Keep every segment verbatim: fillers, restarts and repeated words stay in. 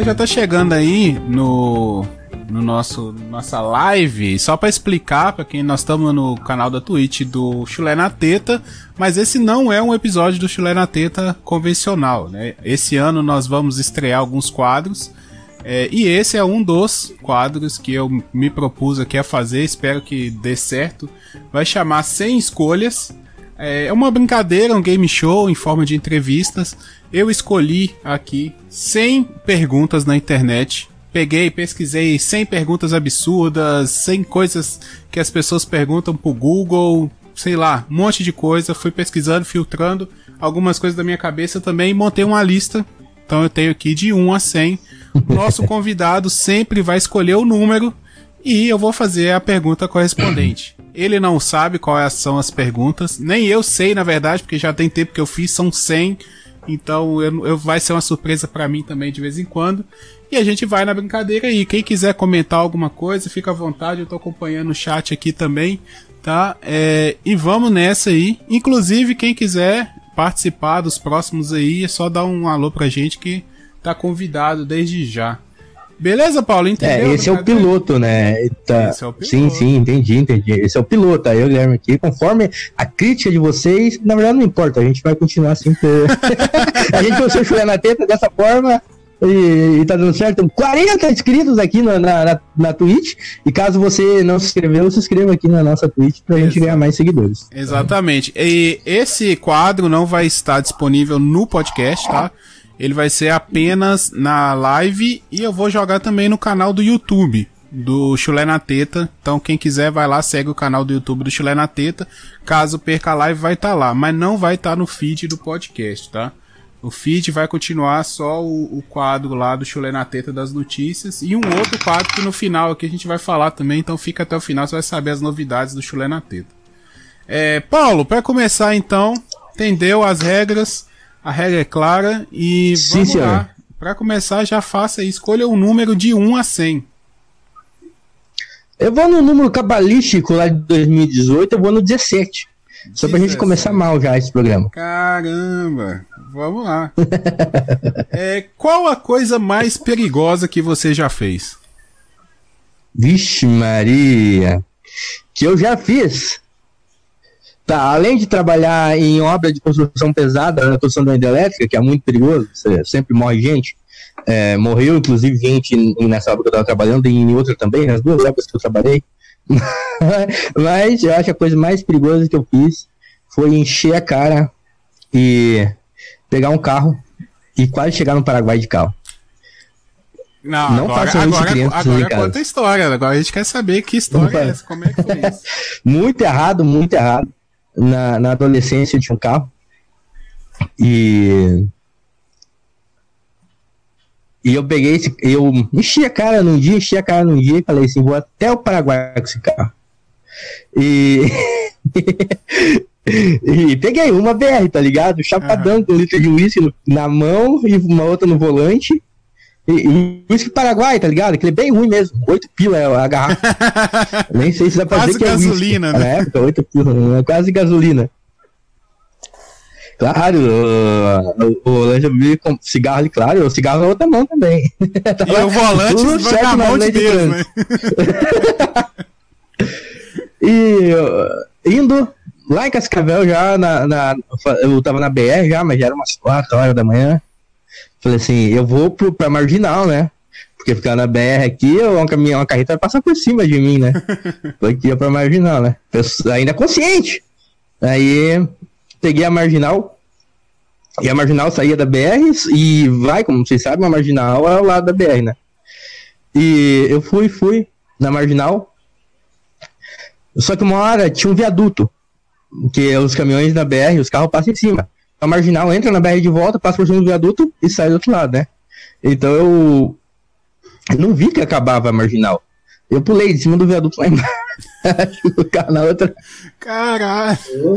galera já tá chegando aí no, no nosso nossa live. Só pra explicar pra quem, nós estamos no canal da Twitch do Chulé na Teta, mas esse não é um episódio do Chulé na Teta convencional, né? Esse ano nós vamos estrear alguns quadros, é, e esse é um dos quadros que eu me propus aqui a fazer, espero que dê certo. Vai chamar cem escolhas. É uma brincadeira, um game show em forma de entrevistas. Eu escolhi aqui cem perguntas na internet. Peguei, pesquisei cem perguntas absurdas, cem coisas que as pessoas perguntam pro Google, sei lá, um monte de coisa. Fui pesquisando, filtrando algumas coisas da minha cabeça também e montei uma lista. Então eu tenho aqui de um a cem. Nosso convidado sempre vai escolher o número e eu vou fazer a pergunta correspondente. Ele não sabe quais são as perguntas, nem eu sei, na verdade, porque já tem tempo que eu fiz, são cem, então eu, eu, vai ser uma surpresa pra mim também de vez em quando. E a gente vai na brincadeira aí. Quem quiser comentar alguma coisa, fica à vontade, eu tô acompanhando o chat aqui também, tá? É, e vamos nessa aí. Inclusive, quem quiser participar dos próximos aí, é só dar um alô pra gente que tá convidado desde já. Beleza, Paulo? Entendeu? É, esse é o piloto, né? Tá... Esse é o piloto. Sim, sim, entendi, entendi. Esse é o piloto, aí eu, Guilherme, aqui. Conforme a crítica de vocês, na verdade não importa, a gente vai continuar assim. Por... a gente começou a Chulé na Teta dessa forma e, e tá dando certo. Tem quarenta inscritos aqui na, na, na, na Twitch. E caso você não se inscreveu, se inscreva aqui na nossa Twitch pra Exato. gente ganhar mais seguidores. Exatamente. E esse quadro não vai estar disponível no podcast, tá? Ele vai ser apenas na live e eu vou jogar também no canal do YouTube do Chulé na Teta. Então quem quiser vai lá, segue o canal do YouTube do Chulé na Teta. Caso perca a live vai estar tá lá, mas não vai estar tá no feed do podcast, tá? O feed vai continuar só o, o quadro lá do Chulé na Teta das notícias e um outro quadro que no final aqui a gente vai falar também, então fica até o final, você vai saber as novidades do Chulé na Teta. É, Paulo, para começar então, entendeu as regras? A regra é clara e Sim, vamos senhor. lá. Para começar, já faça aí. Escolha um número de um a cem. Eu vou no número cabalístico lá de dois mil e dezoito, eu vou no dezessete. Só pra gente começar mal já esse programa. Caramba, vamos lá. é, qual a coisa mais perigosa que você já fez? Vixe Maria, que eu já fiz. Tá, além de trabalhar em obra de construção pesada, na construção da hidrelétrica, que é muito perigoso, sempre morre gente, é, morreu inclusive gente nessa obra que eu estava trabalhando e em outra também, nas duas obras que eu trabalhei. Mas eu acho que a coisa mais perigosa que eu fiz foi encher a cara e pegar um carro e quase chegar no Paraguai de carro. Não, não agora, façam isso, agora, crianças agora conta a história. Agora a gente quer saber que história é essa, como é que foi isso. Muito errado, muito errado. Na, na adolescência eu tinha um carro e e eu peguei esse, eu enchi a cara num dia, enchi a cara num dia e falei assim, vou até o Paraguai com esse carro e e peguei uma B R, tá ligado? Chapadão uhum. com um litro de uísque na mão e uma outra no volante. E uísque Paraguai, tá ligado? Aquele é bem ruim mesmo. Oito pila é a garrafa. Nem sei se dá pra dizer que é gasolina, whisky. né? Na época, oito pila, é quase gasolina. Claro, o, o Lange vive com cigarro ali, claro, o cigarro na outra mão também. E o volante vai na mão de Deus, né? E indo lá em Cascavel já, na, na, eu tava na B R já, mas já era umas quatro horas da manhã. Falei assim, eu vou pro, pra Marginal, né? Porque ficar na B R aqui, uma, caminhão, uma carreta vai passar por cima de mim, né? Tô aqui pra Marginal, né? Eu, ainda consciente. Aí peguei a Marginal, e a Marginal saía da B R e vai, como vocês sabem, a Marginal é ao lado da B R, né? E eu fui, fui na Marginal, só que uma hora tinha um viaduto, que os caminhões da B R, os carros passam em cima. A Marginal entra na B R de volta, passa por cima do viaduto e sai do outro lado, né? Então eu não vi que acabava a Marginal. Eu pulei de cima do viaduto lá embaixo. O carro na outra. Caralho!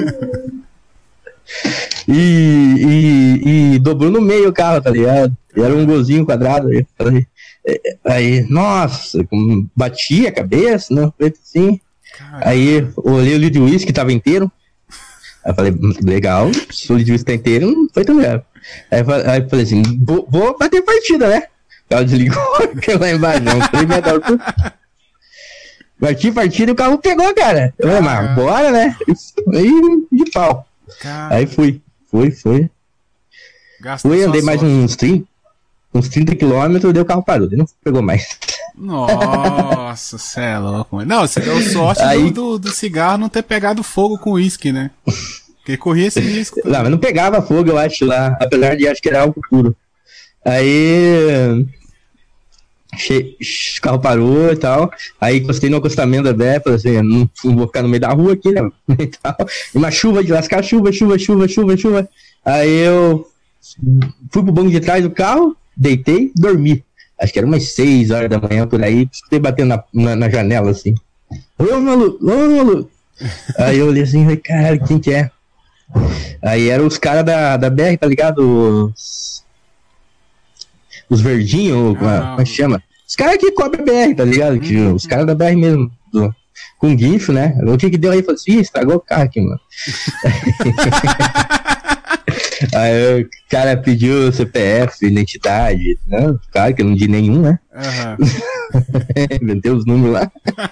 E, e, e dobrou no meio o carro, tá ligado? E era um golzinho quadrado. Aí, aí nossa, bati a cabeça, né? Assim. Aí olhei o litro de uísque, tava inteiro. Aí eu falei, legal, se o litro de uísque tá inteiro, não foi tão grave. Aí, aí eu falei assim, vou, vou bater partida, né? O carro desligou, caiu lá embaixo, não. Três metros de altura. Parti, partido, o carro pegou, cara. Eu falei, mas bora, né? Aí, de pau. Caramba. Aí fui, fui, fui. Gastou fui, andei mais uns trinta, uns trinta quilômetros, daí o carro parou, daí não pegou mais. Nossa, você é louco, mano. Não, você deu sorte aí... do, do, do cigarro não ter pegado fogo com uísque, né? Porque corria esse risco. Não, mas não pegava fogo, eu acho, lá. Apesar de acho que era algo puro. Aí... Che... O carro parou e tal. Aí encostei no acostamento da B E P, assim, não, não vou ficar no meio da rua aqui, né? E tal. Uma chuva de lascar, chuva, chuva, chuva, chuva, chuva. Aí eu fui pro banco de trás do carro, deitei, dormi. Acho que era umas seis horas da manhã por aí, escutei batendo na, na, na janela assim. Ô maluco, ô maluco. Aí eu olhei assim, falei, caralho, quem que é? Aí eram os caras da, da B R, tá ligado? Os, os verdinhos, como é que chama? Os caras que cobrem a B R, tá ligado? Que, uhum. Os caras da B R mesmo, do, com guincho, né? O que que deu aí? Falei assim, ih, estragou o carro aqui, mano. Aí o cara pediu C P F, identidade, né? Claro que eu não di nenhum, né? Uhum. Inventei os números lá.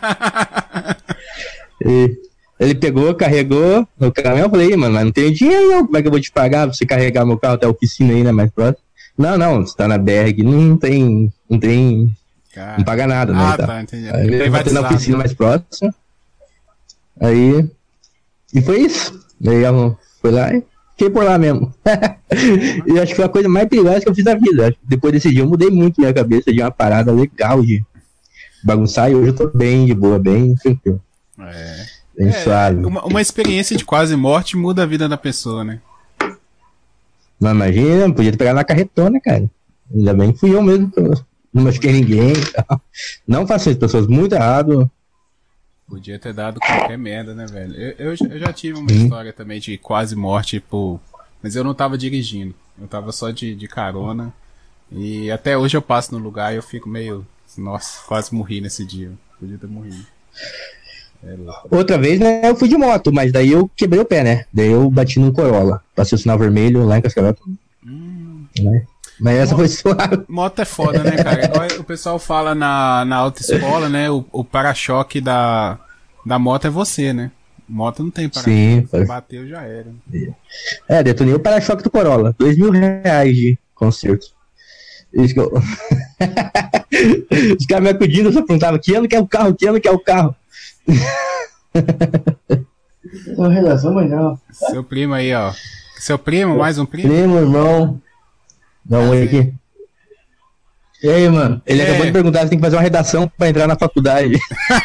E ele pegou, carregou no caminhão, eu falei, mano, mas não tenho dinheiro não, como é que eu vou te pagar pra você carregar meu carro até a oficina aí, né, mais próximo? Não, não, você tá na B R aqui, não tem, não tem, cara, não paga nada, né? Ah, tá, entendi. Aí ele vai ter na oficina mais próxima, aí, e foi isso. Aí eu fui lá e fiquei por lá mesmo. E acho que foi a coisa mais perigosa que eu fiz na vida. Acho que depois desse dia eu mudei muito minha cabeça de uma parada legal de bagunçar e hoje eu tô bem de boa, bem tranquilo. É. Bem é, suave. Uma, uma experiência de quase morte muda a vida da pessoa, né? Não, imagina, podia ter pegado na carretona, cara. Ainda bem que fui eu mesmo, que eu não machuquei ninguém. Não faço isso, pessoas, muito errado. Podia ter dado qualquer merda, né, velho? Eu, eu, eu já tive uma hum. história também de quase morte, tipo, mas eu não tava dirigindo. Eu tava só de, de carona. E até hoje eu passo no lugar e eu fico meio... Nossa, quase morri nesse dia. Podia ter morrido. É outra vez, né, eu fui de moto, mas daí eu quebrei o pé, né? Daí eu bati num Corolla. Passei o sinal vermelho lá em Cascavel. Hum. Né? Mas essa moto, foi suave. Moto é foda, né, cara? Igual o pessoal fala na, na autoescola, né? O, o para-choque da, da moto é você, né? Moto não tem para-choque. Sim, você bateu, já era. É, detonei o para-choque do Corolla. Dois mil reais de conserto. Isso que eu... Os caras me acudindo, eu só perguntava que ano que é o carro, que ano que é o carro. Uma redação legal. Seu primo aí, ó. Seu primo, mais um primo? Primo, irmão. Dá um oi aqui. E aí, mano? Ele é. acabou de perguntar se tem que fazer uma redação pra entrar na faculdade.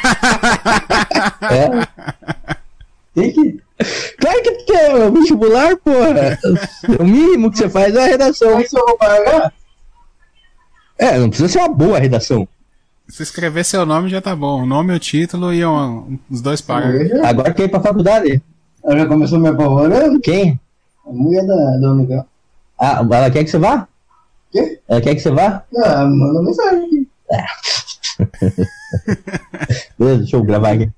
É. Tem que. Claro que tem, o vestibular, porra. O mínimo que você faz é a redação. Aí se eu vou pagar? É, não precisa ser uma boa redação. Se escrever seu nome já tá bom. O nome, o título e um, os dois parágrafos. Agora quem ir pra faculdade? Ela já começou me apavorando? Quem? A mulher da, da Unicamp. Ah, ela quer que você vá? Quê? Ela quer que você vá? Ah, manda mensagem aqui. Beleza, deixa eu gravar aqui.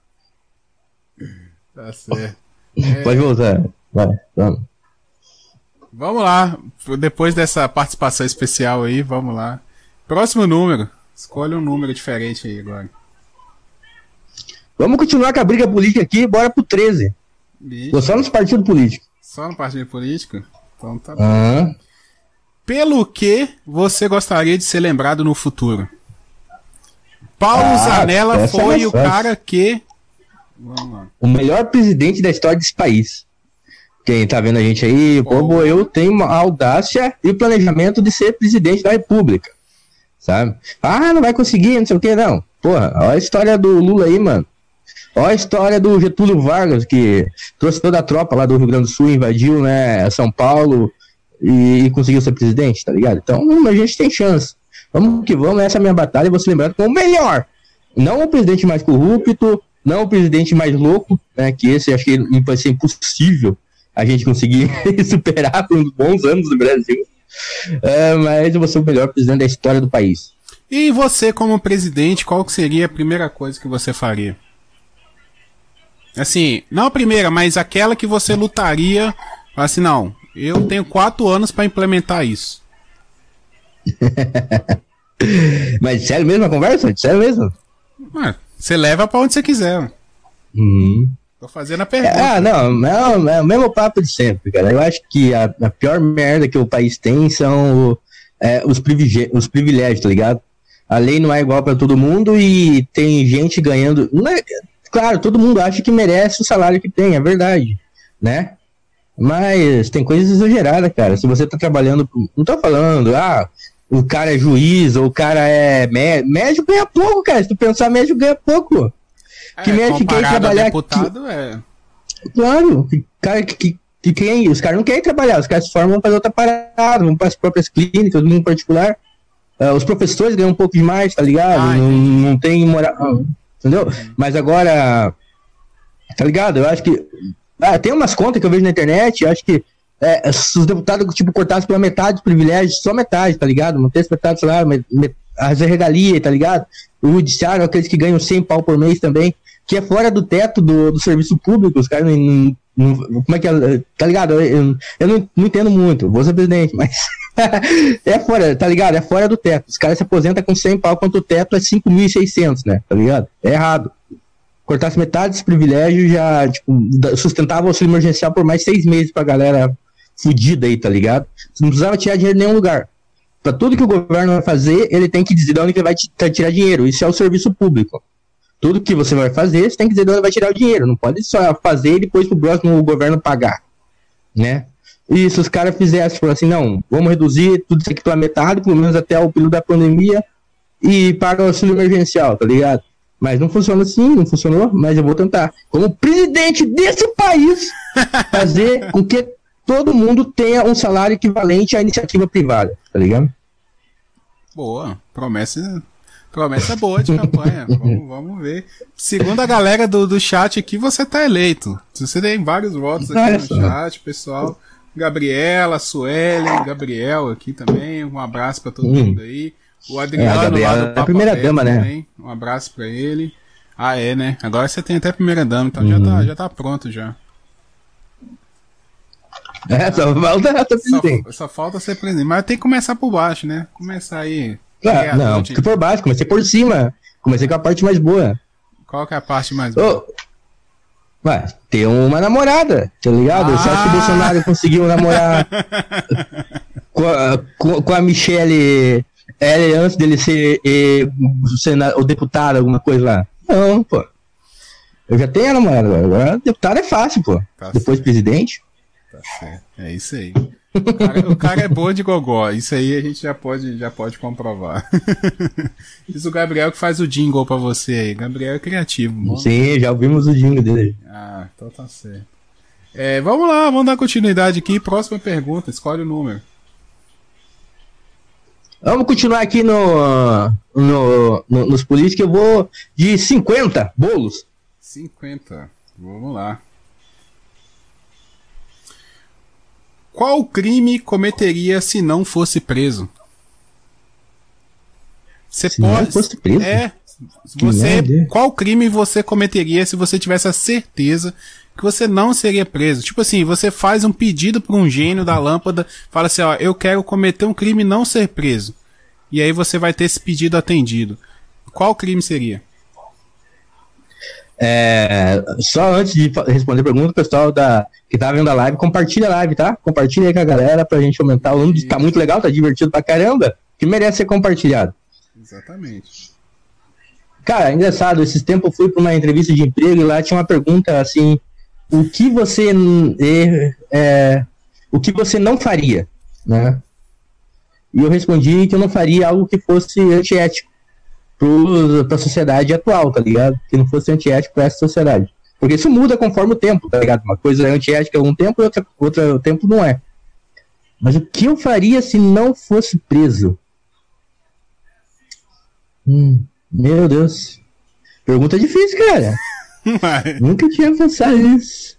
Tá certo. Pode voltar. Vai, vamos. Vamos lá. Depois dessa participação especial aí, vamos lá. Próximo número. Escolha um número diferente aí agora. Vamos continuar com a briga política aqui, bora pro treze. Bicho. Tô só nos partidos políticos. Só no partido político? Então tá bom. Uhum. Pelo que você gostaria de ser lembrado no futuro? Paulo ah, Zanella foi é o cara que... Vamos lá. O melhor presidente da história desse país. Quem tá vendo a gente aí, como eu tenho a audácia e o planejamento de ser presidente da República. Sabe? Ah, não vai conseguir, não sei o que, não. Porra, olha a história do Lula aí, mano. Olha a história do Getúlio Vargas, que trouxe toda a tropa lá do Rio Grande do Sul, invadiu, né, São Paulo e, e conseguiu ser presidente, tá ligado? Então, a gente tem chance. Vamos que vamos, essa é a minha batalha e vou ser lembrado como o melhor. Não o presidente mais corrupto, não o presidente mais louco, né, que esse acho que vai ser impossível a gente conseguir superar por uns bons anos no Brasil. É, mas eu vou ser o melhor presidente da história do país. E você, como presidente, qual que seria a primeira coisa que você faria? Assim, não a primeira, mas aquela que você lutaria. Assim, não, eu tenho quatro anos para implementar isso. Mas sério mesmo a conversa? Sério mesmo? Ah, você leva pra onde você quiser. Uhum. Tô fazendo a pergunta. Ah, não, não, é o mesmo papo de sempre, cara. Eu acho que a, a pior merda que o país tem são o, é, os, privilegi- os privilégios, tá ligado? A lei não é igual pra todo mundo e tem gente ganhando. Não é, claro, todo mundo acha que merece o salário que tem, é verdade, né? Mas tem coisas exageradas, cara. Se você tá trabalhando. Não tô falando, ah, o cara é juiz ou o cara é mé- médico, ganha pouco, cara. Se tu pensar, médico ganha pouco. É, Que médico quer comparado a trabalhar. deputado, é... Claro, que, cara, que, que, que quem, os caras não querem trabalhar, os caras se formam para outra parada, vão para as próprias clínicas, no particular. Uh, os professores ganham um pouco demais, tá ligado? Ah, não, não tem moral, entendeu? Uhum. Mas agora, tá ligado? Eu acho que. Ah, tem umas contas que eu vejo na internet, eu acho que é, se os deputados, tipo, cortassem pela metade dos privilégios, só metade, tá ligado? Mantesse metade do salário, met, met, as regalias, tá ligado? O judiciário, aqueles que ganham cem pau por mês também, que é fora do teto do, do serviço público, os caras não, não, não. Como é que é? Tá ligado? Eu, eu, eu não, não entendo muito, vou ser presidente, mas. É fora, tá ligado? É fora do teto. Os caras se aposentam com cem pau, quanto o teto é cinco mil e seiscentos, né? Tá ligado? É errado. Cortasse metade dos privilégios já, tipo, sustentava o auxílio emergencial por mais seis meses pra galera fudida aí, tá ligado? Você não precisava tirar dinheiro em nenhum lugar. Pra tudo que o governo vai fazer, ele tem que dizer de onde ele vai tirar dinheiro. Isso é o serviço público. Tudo que você vai fazer, você tem que dizer de onde vai tirar o dinheiro. Não pode só fazer e depois pro próximo governo pagar, né? E se os caras fizessem, assim, não, vamos reduzir tudo isso aqui pela metade, pelo menos até o período da pandemia, e paga o auxílio emergencial, tá ligado? Mas não funciona assim, não funcionou, mas eu vou tentar, como presidente desse país, fazer com que todo mundo tenha um salário equivalente à iniciativa privada, tá ligado? Boa, promessa, promessa boa de campanha, vamos, vamos ver. Segundo a galera do, do chat aqui, você tá eleito. Você tem vários votos aqui no chat, pessoal. Gabriela, Suelen, Gabriel aqui também, um abraço pra todo hum. mundo aí. O Adriano é, lá do Papo é a primeira dama, também, né? Um abraço pra ele. Ah, é, né? Agora você tem até a primeira dama, então hum. já, tá, já tá pronto já. É, só falta ser presidente. Só, só falta ser presidente, mas tem que começar por baixo, né? Começar aí. Ah, não, fica por baixo, comecei por cima. Comecei com a parte mais boa. Qual que é a parte mais boa? Oh. Ué, ter uma namorada, tá ligado? Ah. Você acha que o Bolsonaro conseguiu namorar com, a, com, com a Michelle L antes dele ser e, o deputado, alguma coisa lá? Não, pô. Eu já tenho a namorada, agora deputado é fácil, pô. Tá Depois certo. Presidente. Tá certo, é isso aí. O cara, o cara é bom de gogó, isso aí a gente já pode, já pode comprovar. Diz o Gabriel que faz o jingle pra você aí. Gabriel é criativo. Bom. Sim, já ouvimos o jingle dele. Ah, então tá certo. É, vamos lá, vamos dar continuidade aqui. Próxima pergunta, escolhe o número. Vamos continuar aqui no, no, no nos políticos. Eu vou de cinquenta bolos. cinquenta, vamos lá. Qual crime cometeria se não fosse preso? Você se pode. Não fosse preso? É. Você, qual crime você cometeria se você tivesse a certeza que você não seria preso? Tipo assim, você faz um pedido para um gênio da lâmpada, fala assim, ó, eu quero cometer um crime e não ser preso. E aí você vai ter esse pedido atendido. Qual crime seria? É, só antes de responder a pergunta, o pessoal da, que tá vendo a live, compartilha a live, tá? Compartilha aí com a galera pra gente aumentar o número. Tá muito legal, tá divertido pra caramba, que merece ser compartilhado. Exatamente. Cara, engraçado, esses tempos eu fui pra uma entrevista de emprego e lá tinha uma pergunta assim, o que você é, é, o que você não faria, né? E eu respondi que eu não faria algo que fosse antiético para a sociedade atual, tá ligado? Que não fosse antiético para essa sociedade. Porque isso muda conforme o tempo, tá ligado? Uma coisa é antiética há um tempo e outra, outra tempo não é. Mas o que eu faria se não fosse preso? Hum, meu Deus. Pergunta difícil, cara. Mas... Nunca tinha pensado nisso.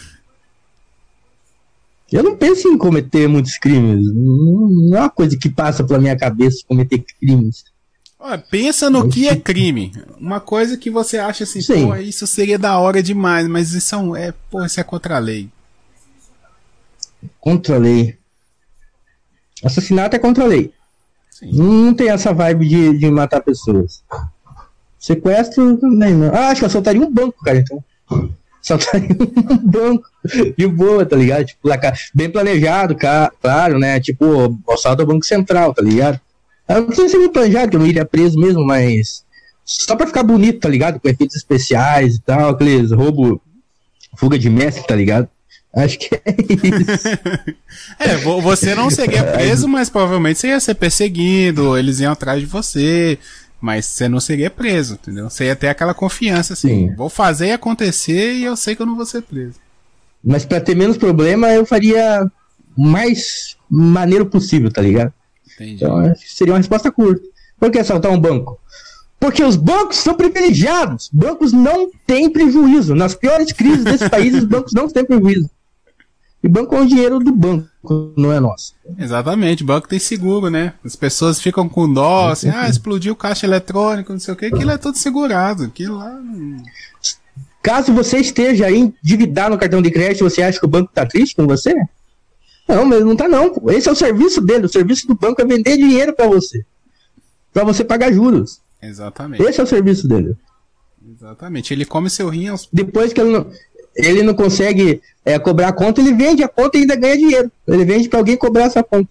Eu não penso em cometer muitos crimes. Não é uma coisa que passa pela minha cabeça cometer crimes. Olha, pensa no que é crime. Uma coisa que você acha assim, Sim. pô, isso seria da hora demais, mas isso é, um, é, pô, isso é contra a lei. Contra a lei. Assassinato é contra a lei. Sim. Não tem essa vibe de, de matar pessoas. Sequestro também não. Ah, acho que eu assaltaria um banco, cara, então. Assaltaria um banco de boa, tá ligado? Tipo, lá, bem planejado, cara, claro, né? Tipo, assalto ao Banco Central, tá ligado? Eu não sei se é planejado, que eu não iria preso mesmo, mas só pra ficar bonito, tá ligado? Com efeitos especiais e tal, aqueles roubo, fuga de mestre, tá ligado? Acho que é isso. É, você não seria preso, mas provavelmente você ia ser perseguido, eles iam atrás de você, mas você não seria preso, entendeu? Você ia ter aquela confiança, assim, Sim. vou fazer acontecer e eu sei que eu não vou ser preso. Mas pra ter menos problema, eu faria o mais maneiro possível, tá ligado? Entendi. Então, seria uma resposta curta. Por que assaltar um banco? Porque os bancos são privilegiados. Bancos não têm prejuízo. Nas piores crises desse país, os bancos não têm prejuízo. E banco é o dinheiro do banco, não é nosso. Exatamente, o banco tem seguro, né? As pessoas ficam com dó, assim, ah, explodiu o caixa eletrônico, não sei o que, aquilo é tudo segurado. Aquilo lá. Não... Caso você esteja endividado no cartão de crédito, você acha que o banco tá triste com você? Não, mas não tá não. Pô. Esse é o serviço dele. O serviço do banco é vender dinheiro pra você. Pra você pagar juros. Exatamente. Esse é o serviço dele. Exatamente. Ele come seu rim aos... Depois que ele não, ele não consegue é, cobrar a conta, ele vende a conta e ainda ganha dinheiro. Ele vende pra alguém cobrar essa conta.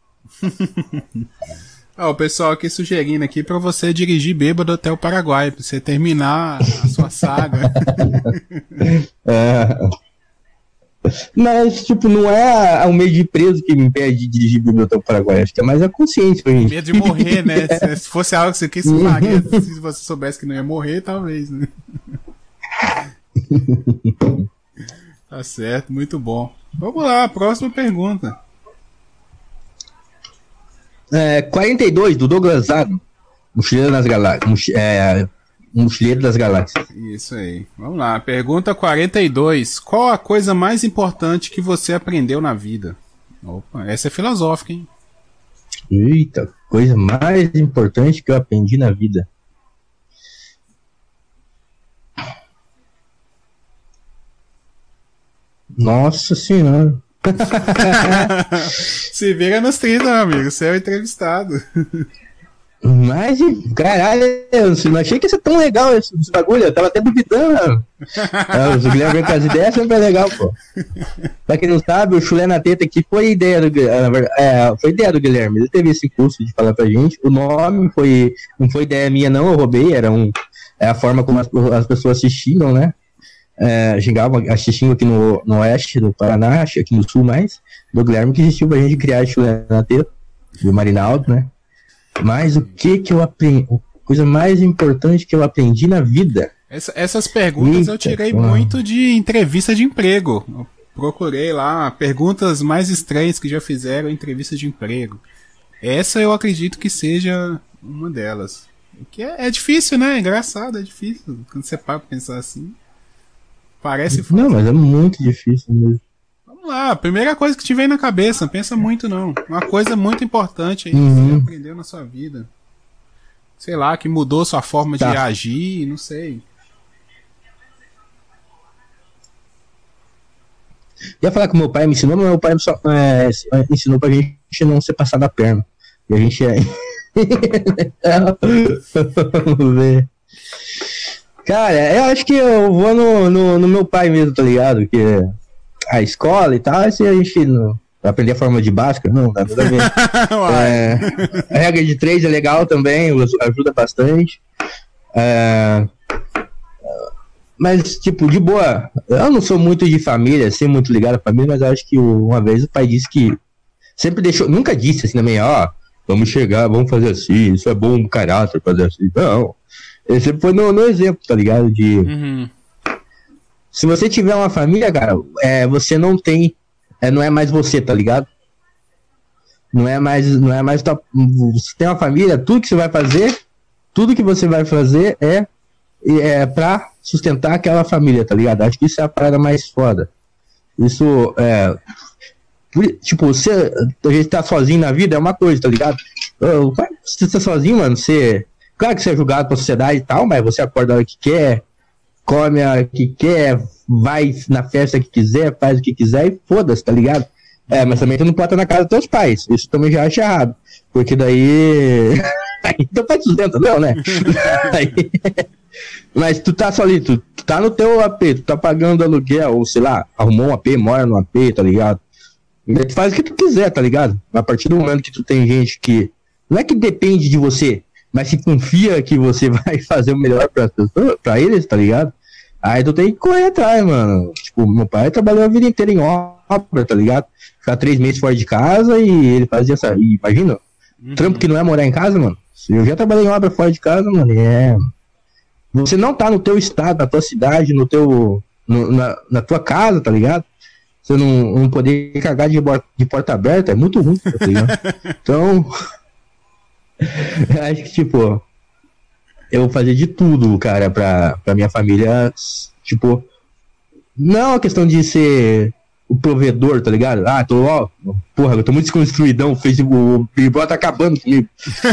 Ah, o pessoal aqui sugerindo aqui pra você dirigir bêbado até o Paraguai, pra você terminar a sua saga. É... Mas, tipo, não é o meio de preso que me impede de dirigir bêbado até o Paraguai. Acho que é mais a consciência. Gente. Medo de morrer, né? Se, se fosse algo que você quis faria, se você soubesse que não ia morrer, talvez, né? Tá certo, muito bom. Vamos lá, próxima pergunta. É, quarenta e dois, do Douglas Adams, Mochileiro das Galáxias. É, Mochileiro das Galáxias. Isso aí. Vamos lá. Pergunta quarenta e dois. Qual a coisa mais importante que você aprendeu na vida? Opa, essa é filosófica, hein? Eita, coisa mais importante que eu aprendi na vida. Nossa Senhora. Se vira nos trinta, meu amigo. Você é o entrevistado. Mas, caralho, eu não achei que ia ser tão legal esse, esse bagulho. Eu tava até duvidando. É, o Guilherme vem com as ideias, sempre é legal, pô. Pra quem não sabe, o Chulé na Teta aqui foi ideia do é, foi ideia do Guilherme. Ele teve esse curso de falar pra gente. O nome foi, não foi ideia minha, não, eu roubei. Era um, é a forma como as, as pessoas assistiam, né? É, xingavam, assistiam aqui no, no oeste do Paraná, aqui no sul mais. Do Guilherme que existiu pra gente criar o Chulé na Teta. Do Marinaldo, né? Mas o que que eu aprendi? A coisa mais importante que eu aprendi na vida. Essa, essas perguntas Eita, eu tirei mano. muito de entrevista de emprego. Eu procurei lá perguntas mais estranhas que já fizeram em entrevista de emprego. Essa eu acredito que seja uma delas. Que é, é difícil, né? É engraçado, é difícil. Quando você para pra pensar assim. Parece fácil. Não, mas é muito difícil mesmo. Vamos lá, a primeira coisa que te vem na cabeça, não pensa muito não. Uma coisa muito importante aí uhum. que você aprendeu na sua vida. Sei lá, que mudou sua forma tá. de agir, não sei. Ia falar que meu pai me ensinou, mas meu pai só, é, ensinou pra gente não ser passar da perna. E a gente é. Vamos ver. Cara, eu acho que eu vou no, no, no meu pai mesmo, tá ligado? Que a escola e tal, se a gente não aprender a forma de Bhaskara, não, dá nada a ver. É, a regra de três é legal também, ajuda bastante. É, mas, tipo, de boa, eu não sou muito de família, assim, muito ligado à família, mas acho que uma vez o pai disse que sempre deixou, nunca disse assim também, ó, vamos chegar, vamos fazer assim, isso é bom caráter fazer assim. Não. Ele sempre foi no, no exemplo, tá ligado? De. Uhum. Se você tiver uma família, cara, é, você não tem. É, não é mais você, tá ligado? Não é mais. Não é mais. Você tem uma família, tudo que você vai fazer, tudo que você vai fazer é, é pra sustentar aquela família, tá ligado? Acho que isso é a parada mais foda. Isso é. Tipo, você. A gente tá sozinho na vida é uma coisa, tá ligado? Você tá sozinho, mano, você. Claro que você é julgado pela sociedade e tal, mas você acorda a hora que quer, come a hora que quer, vai na festa que quiser, faz o que quiser e foda-se, tá ligado? É, mas também tu não pode estar na casa dos teus pais. Isso também já acho errado. Porque daí. Aí teu pai sustenta, não, né? Aí... Mas tu tá só ali, tu, tu tá no teu A P, tu tá pagando aluguel, ou sei lá, arrumou um A P, mora no A P, tá ligado? E daí tu faz o que tu quiser, tá ligado? A partir do momento que tu tem gente que. Não é que depende de você, mas se confia que você vai fazer o melhor pra, pra eles, tá ligado? Aí tu tem que correr atrás, mano. Tipo, meu pai trabalhou a vida inteira em obra, tá ligado? Ficar três meses fora de casa e ele fazia essa. E, imagina, uhum. Trampo que não é morar em casa, mano. Eu já trabalhei em obra fora de casa, mano. É. Você não tá no teu estado, na tua cidade, no teu. No, na, na tua casa, tá ligado? Você não, não poder cagar de, de porta aberta é muito ruim, tá ligado? Então. Acho que, tipo. Eu vou fazer de tudo, cara, pra, pra minha família, tipo, não é uma questão de ser o provedor, tá ligado? Ah, tô, ó, porra, eu tô muito desconstruidão, o Facebook, o Big Brother tá acabando comigo.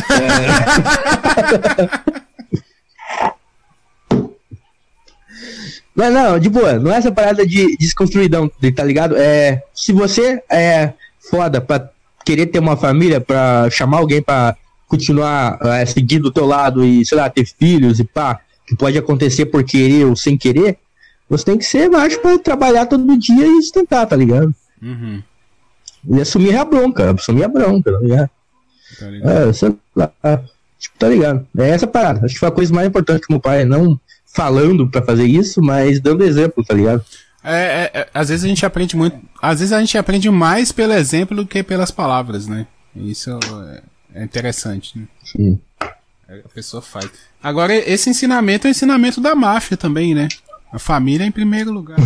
É... Mas não, de boa, não é essa parada de desconstruidão, tá ligado? É, se você é foda pra querer ter uma família, pra chamar alguém pra continuar é, seguindo do teu lado e, sei lá, ter filhos e pá, que pode acontecer por querer ou sem querer, você tem que ser macho pra trabalhar todo dia e sustentar, tá ligado? Uhum. E assumir a bronca, assumir a bronca, tá ligado? Tá ligado? É, sei lá, tipo, tá ligado? É essa parada, acho que foi a coisa mais importante que meu pai, não falando pra fazer isso, mas dando exemplo, tá ligado? É, é, é, às vezes a gente aprende muito, às vezes a gente aprende mais pelo exemplo do que pelas palavras, né? Isso é... É interessante, né? Sim. A pessoa faz. Agora, esse ensinamento é o ensinamento da máfia também, né? A família em primeiro lugar.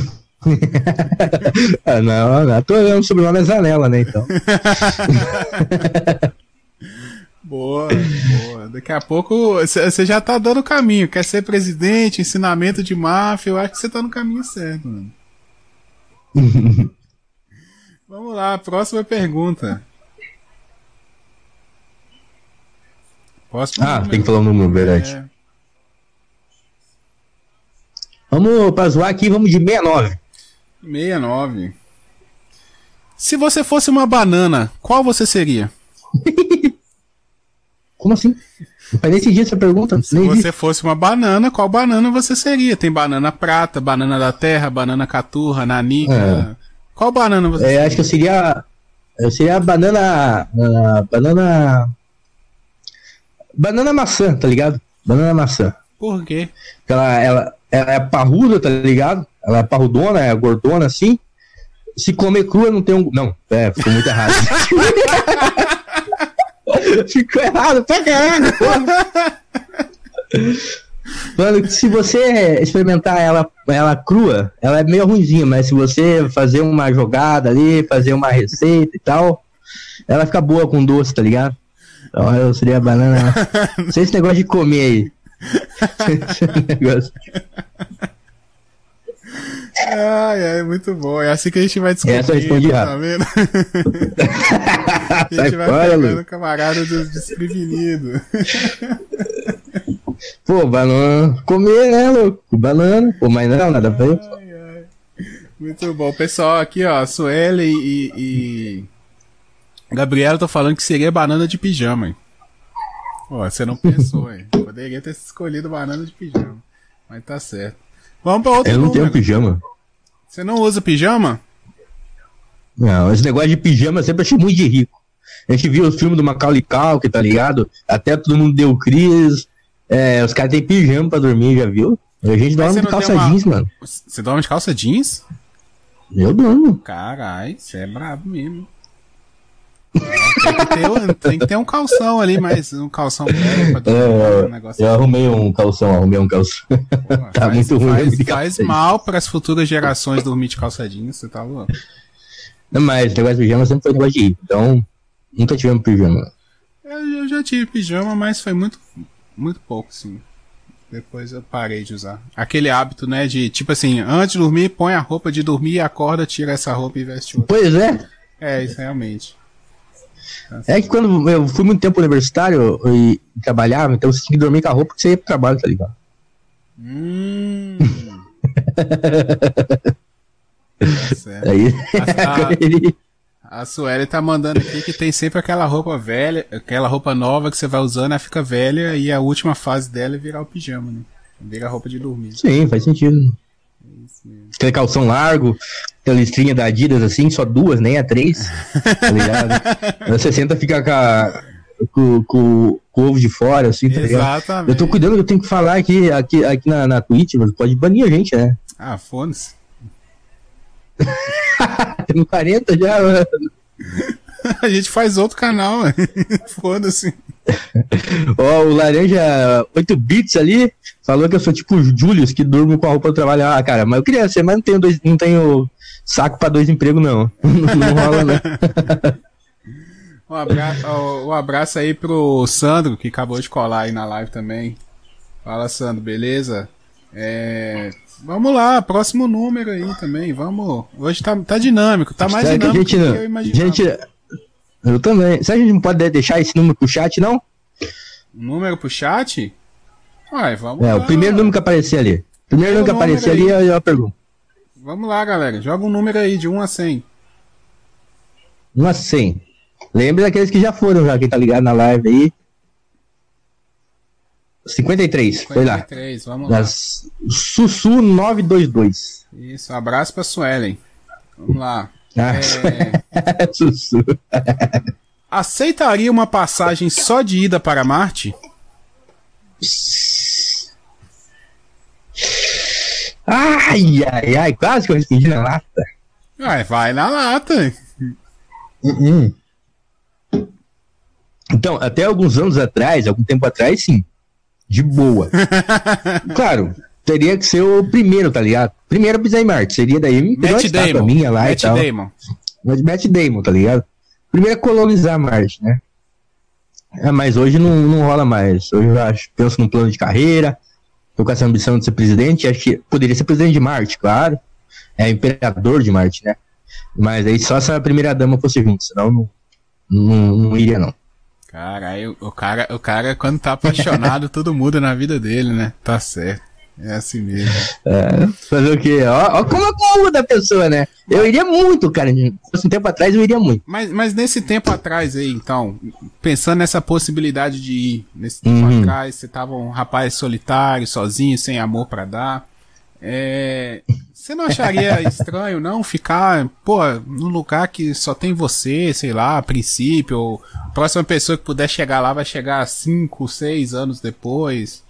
Ah, não, não, tô olhando o sobrenome da Zanella, né, então. Boa, boa. Daqui a pouco você já tá dando o caminho. Quer ser presidente, ensinamento de máfia, eu acho que você tá no caminho certo, mano. Vamos lá, próxima pergunta. Ah, número. Tem que falar o número, verdade. É. Vamos pra zoar aqui, vamos de sessenta e nove. sessenta e nove. Se você fosse uma banana, qual você seria? Como assim? Não faz nem sentido essa pergunta. Se nem você existe. Fosse uma banana, qual banana você seria? Tem banana prata, banana da terra, banana caturra, nanica. É. Qual banana você é, seria? Acho que eu seria. Eu seria a banana. A banana. Banana maçã, tá ligado? Banana maçã. Por quê? Ela, ela, ela é parruda, tá ligado? Ela é parrudona, é gordona assim. Se comer crua não tem um... Não, é, ficou muito errado. Ficou errado, pra caralho, porra. Mano, se você experimentar ela, ela crua, ela é meio ruimzinha, mas se você fazer uma jogada ali, fazer uma receita e tal, ela fica boa com doce, tá ligado? Então eu seria a banana. Não sei esse negócio de comer aí. Esse negócio. Ai, ai, muito bom. É assim que a gente vai descobrir. Essa eu respondi tá rápido. Vendo? A gente vai fora, pegando Lu. camarada dos desprevenidos. Pô, banana. Comer, né, louco? Banana. Pô, mas não, nada a ver. Ai, ai. Muito bom. Pessoal, aqui, ó, Sueli e... e... Gabriela, tô falando que seria banana de pijama, hein? Pô, você não pensou, hein? Poderia ter escolhido banana de pijama. Mas tá certo. Vamos pra outro Eu não número. tenho pijama. Você não usa pijama? Não, esse negócio de pijama eu sempre achei muito de rico. A gente viu o filme do Macaulay Culkin, tá ligado? Até todo mundo deu crise. É, os caras têm pijama pra dormir, já viu? A gente dorme de calça uma... jeans, mano. Você dorme de calça jeans? Eu durmo. Caralho, você é brabo mesmo. Tem que, ter, tem que ter um calção ali, mas um calção velho pra dormir, é, um negócio eu assim. arrumei um calção, arrumei um calção. Pô, tá faz, muito ruim. Faz, de faz mal pras futuras gerações dormir de calça jeans, você tá louco? Não, mas o negócio de pijama sempre foi negócio de rico, então nunca tivemos pijama. Eu, eu já tive pijama, mas foi muito, muito pouco, sim. Depois eu parei de usar. Aquele hábito, né, de tipo assim, antes de dormir, põe a roupa de dormir, acorda, tira essa roupa e veste outra. Pois é. É, isso realmente. É que quando eu fui muito tempo universitário e trabalhava, então você tinha que dormir com a roupa que você ia pro trabalho, tá ligado? Hum. Tá certo. Aí, a, ele... A Sueli tá mandando aqui que tem sempre aquela roupa velha, aquela roupa nova que você vai usando, ela fica velha e a última fase dela é virar o pijama, né? Vira a roupa de dormir. Sim, faz sentido. É isso mesmo. Aquele calção largo, aquela listrinha da Adidas assim, só duas, nem a três. Tá ligado? Você senta fica com, a, com, com, com o ovo de fora, assim, tá ligado? Exatamente. Eu tô cuidando que eu tenho que falar aqui, aqui, aqui na, na Twitch, mas pode banir a gente, né? Ah, foda-se. Tem quarenta já, mano. A gente faz outro canal, mano. Foda-se. Ó, oh, o Laranja oito bits ali falou que eu sou tipo o Julius, que durmo com a roupa do trabalho. Ah, cara, mas eu queria ser, mas não tenho, dois, não tenho saco pra dois empregos, não. Não rola, né? Um abraço, um abraço aí pro Sandro, que acabou de colar aí na live também. Fala, Sandro, beleza? É... Vamos lá, próximo número aí também, vamos. Hoje tá, tá dinâmico, tá mais dinâmico gente, do que eu imaginava. Gente, eu também. Será que a gente não pode deixar esse número pro chat, não? Número pro chat? Uai, vamos é, lá. É, o primeiro número que aparecer ali. O primeiro número que aparecer ali, eu, eu pergunto. Vamos lá, galera, joga um número aí, de um a cem. um a cem. Lembre daqueles que já foram, já, quem tá ligado na live aí. cinquenta e três, foi lá. cinquenta e três, vamos das lá. Sussu novecentos e vinte e dois. Isso, um abraço pra Suelen. Vamos lá. Ah, é... Sussu. Aceitaria uma passagem só de ida para Marte? Ai, ai, ai, quase que eu respondi na lata. Vai, vai na lata. Uh-uh. Então, até alguns anos atrás, algum tempo atrás, sim. De boa. Claro, teria que ser o primeiro, tá ligado? Primeiro pisar em Marte. Seria daí me Matt Damon. Minha lá Matt e tal. Damon. Mas Matt Damon, tá ligado? Primeiro é colonizar Marte, né? É, mas hoje não, não rola mais. Hoje eu acho, penso num plano de carreira. Tô com essa ambição de ser presidente. Acho que poderia ser presidente de Marte, claro. É imperador de Marte, né? Mas aí só se a primeira dama fosse junto, senão não, não, não iria, não. Caralho, o cara, o cara, quando tá apaixonado, tudo muda na vida dele, né? Tá certo. É assim mesmo. É, fazer o quê? Ó, ó como, como muda a pessoa, né? Eu iria muito, cara. Se fosse um tempo atrás, eu iria muito. Mas, mas nesse tempo atrás aí, então, pensando nessa possibilidade de ir, nesse tempo Uhum. atrás, você tava um rapaz solitário, sozinho, sem amor pra dar. É, você não acharia estranho, não, ficar, pô, num lugar que só tem você, sei lá, a princípio, ou a próxima pessoa que puder chegar lá vai chegar cinco, seis anos depois?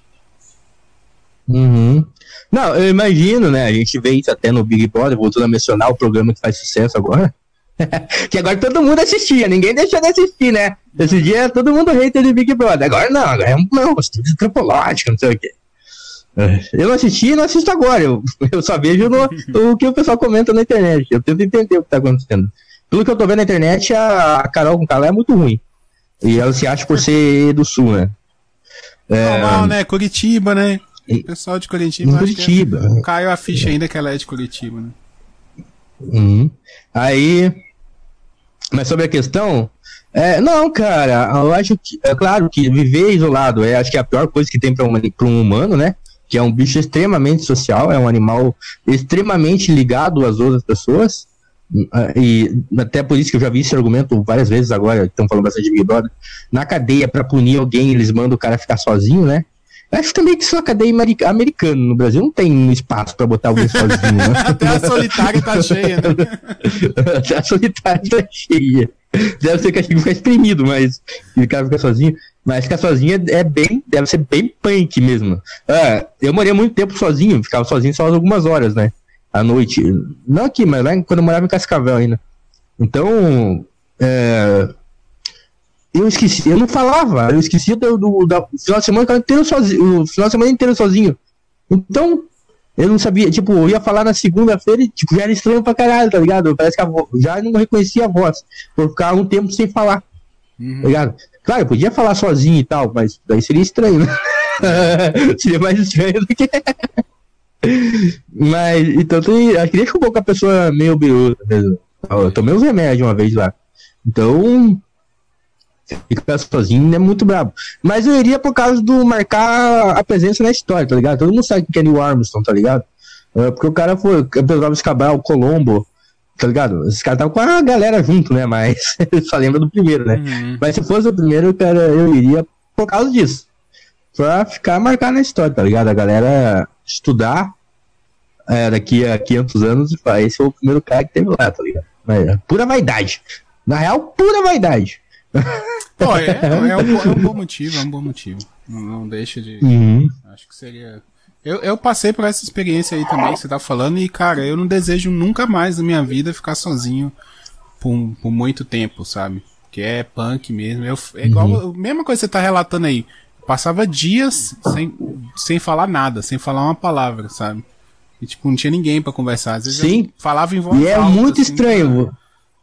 Uhum. Não, eu imagino, né? A gente vê isso até no Big Brother, voltando a mencionar o programa que faz sucesso agora. Que agora todo mundo assistia, ninguém deixou de assistir, né? Esse dia todo mundo hater de Big Brother. Agora não, agora é um, não, estúdio antropológico, não sei o quê. Eu não assisti e não assisto agora. Eu, eu só vejo no, o que o pessoal comenta na internet. Eu tento entender o que tá acontecendo. Pelo que eu tô vendo na internet, a, a Carol com Calé é muito ruim. E ela se acha por ser do sul, né? É, normal, né? Curitiba, né? O pessoal de Curitiba. Curitiba. Acho que é, caiu a ficha ainda que ela é de Curitiba, né? Uhum. Aí. Mas sobre a questão. É, não, cara, eu acho que. É claro que viver isolado é acho que é a pior coisa que tem para um, pra um humano, né? Que é um bicho extremamente social, é um animal extremamente ligado às outras pessoas. E até por isso que eu já vi esse argumento várias vezes agora, estão falando bastante de Big Brother. Na cadeia, pra punir alguém, eles mandam o cara ficar sozinho, né? Eu acho também que isso é uma cadeia americana. No Brasil não tem espaço pra botar alguém sozinho, né? Até a solitária tá cheia, né? Até a solitária tá cheia. Deve ser castigo ficar exprimido, mas o cara fica sozinho. Mas ficar sozinho é bem, deve ser bem punk mesmo. Ah, eu morei muito tempo sozinho, ficava sozinho só algumas horas, né? À noite. Não aqui, mas lá quando eu morava em Cascavel ainda. Então, é, eu esqueci, eu não falava, eu esqueci do, do, do final de semana inteiro sozinho, o final de semana inteiro sozinho. Então, eu não sabia, tipo, eu ia falar na segunda-feira e tipo, já era estranho pra caralho, tá ligado? Parece que a voz, já não reconhecia a voz, por ficar um tempo sem falar, uhum. Tá ligado? Claro, eu podia falar sozinho e tal, mas daí seria estranho, né? Seria mais estranho do que... Mas, então, tem, acho que deixa um pouco a pessoa meio biruta mesmo. Eu tomei uns remédios uma vez lá. Então, ficar sozinho é muito brabo. Mas eu iria por causa do marcar a presença na história, tá ligado? Todo mundo sabe que é Neil Armstrong, tá ligado? Porque o cara foi, Pedro Álvares Cabral, Colombo, tá ligado? Esses caras estavam com a galera junto, né? Mas só lembra do primeiro, né? Uhum. Mas se fosse o primeiro, cara, eu iria por causa disso. Pra ficar marcado na história, tá ligado? A galera estudar é, daqui a quinhentos anos e falar, esse foi o primeiro cara que teve lá, tá ligado? Mas, é pura vaidade. Na real, pura vaidade. Pô, é, é, um, é um bom motivo, é um bom motivo. Não, não deixa de... Uhum. Acho que seria... Eu, eu passei por essa experiência aí também que você tá falando e, cara, eu não desejo nunca mais na minha vida ficar sozinho por, por muito tempo, sabe? Que é punk mesmo. Eu, é igual Uhum. a mesma coisa que você tá relatando aí. Passava dias sem, sem falar nada, sem falar uma palavra, sabe? E, tipo, não tinha ninguém pra conversar. Às vezes Sim. eu falava em voz E é alta, muito assim, estranho.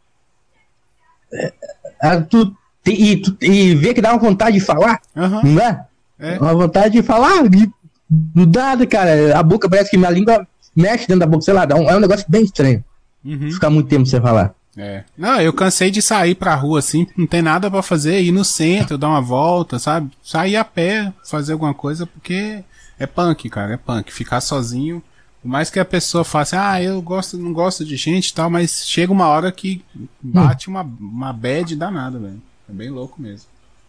É, é, tu, e, tu, e ver que dá uma vontade de falar, Aham. não é? É. Uma vontade de falar, de, do nada, cara. A boca parece que minha língua mexe dentro da boca, sei lá, dá um, é um negócio bem estranho. Uhum. Ficar muito tempo sem falar. É. Não, eu cansei de sair pra rua assim, não tem nada pra fazer, ir no centro, dar uma volta, sabe? Sair a pé, fazer alguma coisa, porque é punk, cara, é punk. Ficar sozinho, por mais que a pessoa faça, ah, eu gosto, não gosto de gente e tal, mas chega uma hora que bate uma, uma bad danada, velho. É bem louco mesmo.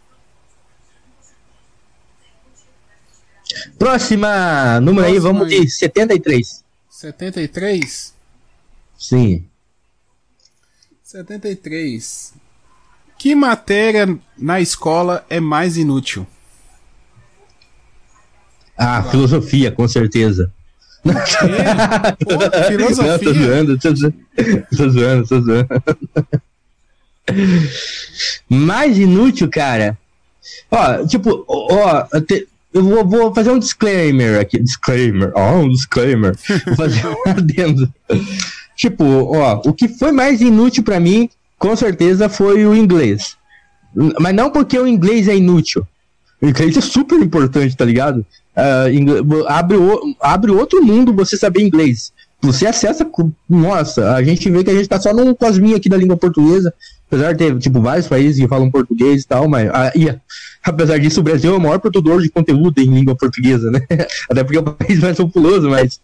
Próxima número aí, Próxima vamos aí. de setenta e três. setenta e três? Sim. setenta e três. Que matéria na escola é mais inútil? Ah, filosofia, com certeza. Que? Pô, Não, tô filosofia? zoando, tô zoando, tô zoando, tô zoando. Mais inútil, cara. Ó, tipo, ó, te- eu vou, vou fazer um disclaimer aqui. Disclaimer, ó, um disclaimer. Vou fazer um adendo. Tipo, ó, o que foi mais inútil pra mim, com certeza, foi o inglês. Mas não porque o inglês é inútil. O inglês é super importante, tá ligado? Ah, ingle- abre, o- abre outro mundo você saber inglês. Você acessa. com- Nossa, a gente vê que a gente tá só num cosminho aqui da língua portuguesa. Apesar de ter, tipo, vários países que falam português e tal, mas. ah, e, apesar disso, o Brasil é o maior produtor de conteúdo em língua portuguesa, né? Até porque é o país mais populoso, mas.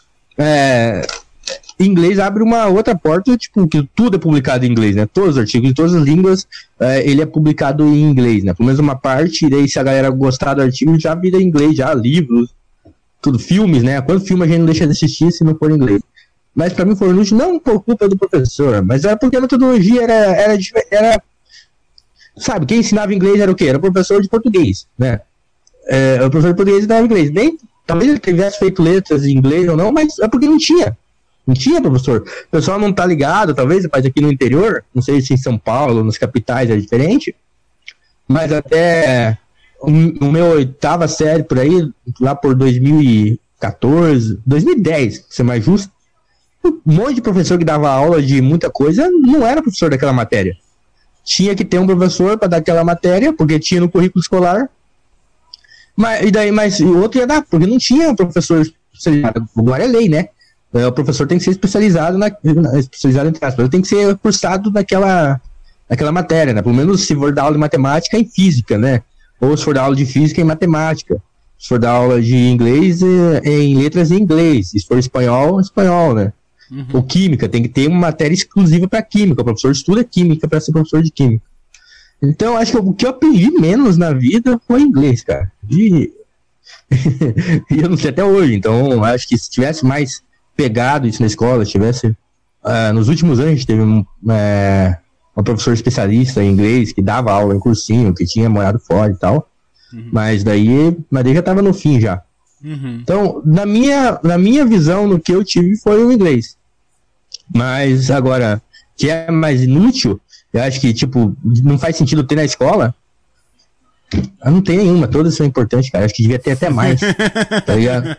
É, inglês abre uma outra porta, tipo, que tudo é publicado em inglês, né? Todos os artigos de todas as línguas, é, ele é publicado em inglês, né? Pelo menos uma parte, e daí se a galera gostar do artigo, já vira em inglês, já livros, tudo, filmes, né? Quanto filme a gente não deixa de assistir se não for em inglês? Mas pra mim foi inútil, não por culpa do professor, mas era porque a metodologia era, era, dife- era sabe, quem ensinava inglês era o quê? Era o professor de português, né? É, o professor de português ensinava inglês. Nem, talvez ele tivesse feito letras em inglês ou não, mas é porque não tinha. Não tinha, professor. O pessoal não tá ligado, talvez, mas aqui no interior, não sei se em São Paulo, nas capitais é diferente, mas até o, o meu oitava série por aí, lá por dois mil e quatorze, dois mil e dez, pra ser mais justo, um monte de professor que dava aula de muita coisa não era professor daquela matéria. Tinha que ter um professor para dar aquela matéria, porque tinha no currículo escolar, mas, e daí, mas o outro ia dar, porque não tinha professor especializado. Agora é lei, né? O professor tem que ser especializado, na, na- especializado entre aspas, ele tem que ser cursado naquela, naquela matéria, né? Pelo menos se for dar aula de matemática, em física, né? Ou se for dar aula de física, em matemática. Se for dar aula de inglês, é, em letras em inglês. Se for espanhol, espanhol, né? Uhum. Ou química, tem que ter uma matéria exclusiva para química. O professor estuda química para ser professor de química. Então, acho que o que eu aprendi menos na vida foi inglês, cara. E, e eu não sei até hoje. Então, acho que se tivesse mais pegado isso na escola, tivesse. ah, nos últimos anos, a gente teve um, é, um professor especialista em inglês que dava aula em cursinho, que tinha morado fora e tal. Uhum. Mas daí, mas daí já tava no fim já. Uhum. Então, na minha, na minha visão, no que eu tive foi o inglês. Mas agora, que é mais inútil, eu acho que, tipo, não faz sentido ter na escola. Eu não tem nenhuma, todas são importantes, cara. Acho que devia ter até mais. Tá ligado?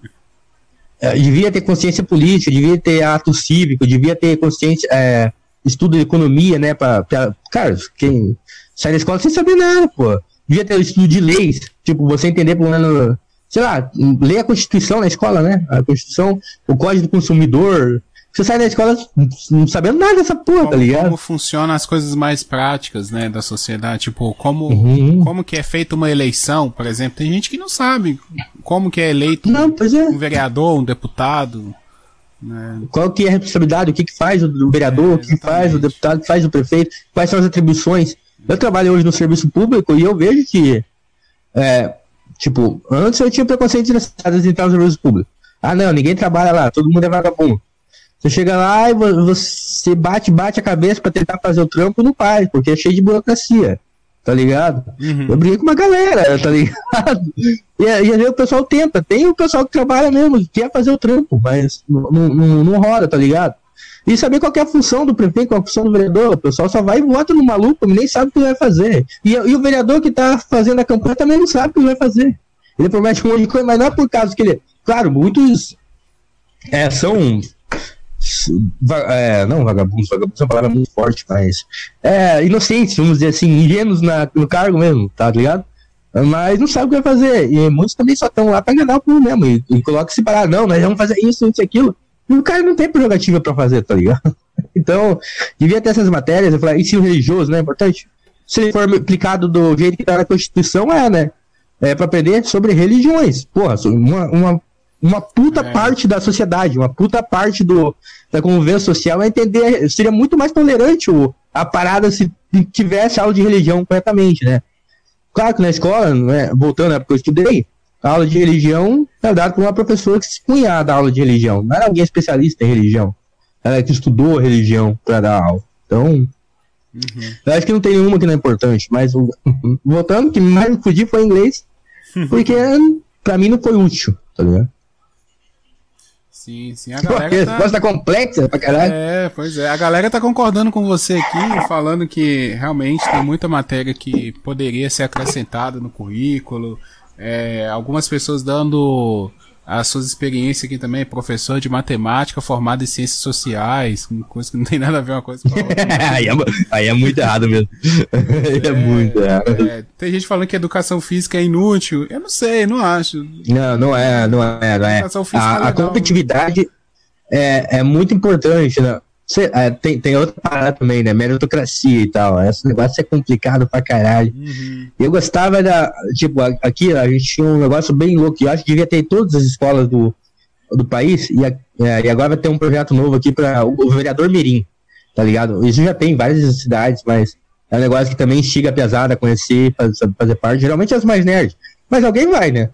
É, devia ter consciência política, devia ter ato cívico, devia ter consciência, é, estudo de economia, né? Pra, pra, cara, quem sai da escola sem saber nada, pô. Devia ter estudo de leis, tipo, você entender pelo menos, sei lá, ler a Constituição na escola, né? A Constituição, o Código do Consumidor. Você sai da escola não sabendo nada dessa porra, tá Como, ligado? como funcionam as coisas mais práticas, né, da sociedade, tipo, como, Uhum. como que é feita uma eleição, por exemplo, tem gente que não sabe como que é eleito Não, pois é. um vereador, um deputado, É. Qual que é a responsabilidade, o que, que faz o vereador, É, o que faz o deputado, o que faz o prefeito, quais são as atribuições. Eu trabalho hoje no serviço público e eu vejo que, é, tipo, antes eu tinha preconceito desnecessário de entrar no serviço público. Ah, não, ninguém trabalha lá, todo mundo é vagabundo. Você chega lá e você bate, bate a cabeça pra tentar fazer o trampo e não faz, porque é cheio de burocracia. Tá ligado? Uhum. Eu briguei com uma galera, tá ligado? E, e às vezes o pessoal tenta. Tem o pessoal que trabalha mesmo, que quer fazer o trampo, mas não, não, não roda, tá ligado? E saber qual que é a função do prefeito, qual é a função do vereador. O pessoal só vai e vota no maluco, nem sabe o que vai fazer. E, e o vereador que tá fazendo a campanha também não sabe o que vai fazer. Ele promete um monte de coisa, mas não é por causa que ele... Claro, muitos é, são... É, não, vagabundos, vagabundos é uma palavra muito forte, mas é, inocentes, vamos dizer assim, ingênuos na, no cargo mesmo, tá ligado? Mas não sabe o que vai fazer, e muitos também só estão lá pra enganar o povo mesmo, e, e coloca se parar, não, nós vamos fazer isso, isso e aquilo, e o cara não tem prerrogativa pra fazer, tá ligado? Então, devia ter essas matérias, eu falei, ensino religioso, né, é importante, se ele for aplicado do jeito que tá na Constituição, é, né, é pra aprender sobre religiões, porra, uma, uma Uma puta é. parte da sociedade, uma puta parte do, da convivência social é entender, seria muito mais tolerante o, a parada se tivesse aula de religião corretamente, né? Claro que na escola, né, voltando à época que eu estudei, a aula de religião era dada por uma professora que se punha da aula de religião, não era alguém especialista em religião, ela que estudou religião para dar aula. Então, uhum. eu acho que não tem nenhuma que não é importante, mas voltando, o que mais me fudi foi inglês, porque pra mim não foi útil, tá ligado? Sim, sim, a galera Pô, tá... resposta complexa pra caralho. É, pois é, a galera tá concordando com você aqui, falando que realmente tem muita matéria que poderia ser acrescentada no currículo, é, algumas pessoas dando as suas experiências aqui também, professor de matemática formado em ciências sociais, coisa que não tem nada a ver uma coisa com a outra. aí, é, aí é muito errado mesmo. É, é muito errado. É, tem gente falando que educação física é inútil. Eu não sei, não acho. Não, não é, não é, não é. Educação física A, é legal, a competitividade é, é muito importante, né? Cê, é, tem, tem outra parada também, né? Meritocracia e tal. Esse negócio é complicado pra caralho. Uhum. Eu gostava da. Tipo, aqui a gente tinha um negócio bem louco. Eu acho que devia ter em todas as escolas do, do país. E, a, é, e agora vai ter um projeto novo aqui para o, o vereador Mirim. Tá ligado? Isso já tem em várias cidades, mas é um negócio que também instiga a pesada a conhecer, fazer, fazer parte. Geralmente é os mais nerds. Mas alguém vai, né?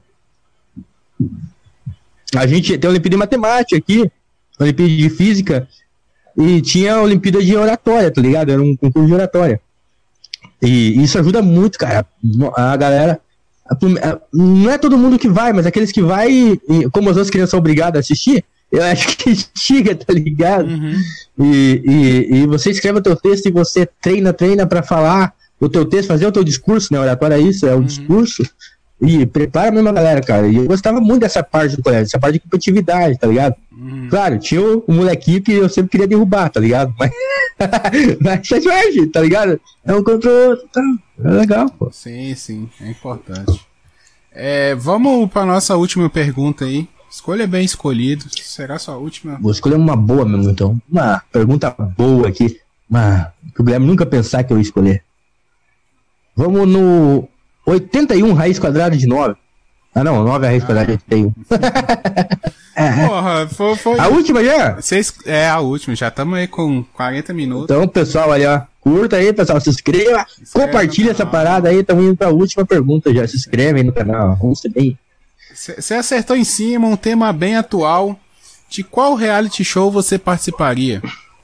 A gente tem Olimpíada de Matemática aqui, Olimpíada de Física. E tinha a Olimpíada de Oratória, tá ligado? Era um concurso de oratória. E isso ajuda muito, cara. A galera... A, a, não é todo mundo que vai, mas aqueles que vai, e, como as outras crianças são obrigadas a assistir, eu acho que chega, tá ligado? Uhum. E, e, e você escreve o teu texto e você treina, treina pra falar o teu texto, fazer o teu discurso, né? Oratória é isso, é o uhum. discurso. E prepara mesmo a galera, cara. E eu gostava muito dessa parte do colégio, essa parte de competitividade, tá ligado? Hum. Claro, tinha o, o molequinho que eu sempre queria derrubar, tá ligado? Mas, mas faz parte, tá ligado? É um contra o outro, tá? É legal, pô. Sim, sim, é importante. É, vamos pra nossa última pergunta aí. Escolha bem escolhido. Será a sua última? Vou escolher uma boa mesmo, então. Uma pergunta boa aqui. Uma... O Guilherme nunca pensar que eu ia escolher. Vamos no... oitenta e um raiz quadrada de nove. Ah, não, nove é a raiz ah. quadrada de oitenta e um. Porra, foi, foi... A última já? Vocês... É, a última. Já estamos aí com quarenta minutos. Então, pessoal, ali, ó. Curta aí, pessoal. Se inscreva. Inscreve compartilha essa parada aí. Estamos indo para a última pergunta já. Se inscreve aí no canal. Vamos ser bem. Você acertou em cima um tema bem atual. De qual reality show você participaria?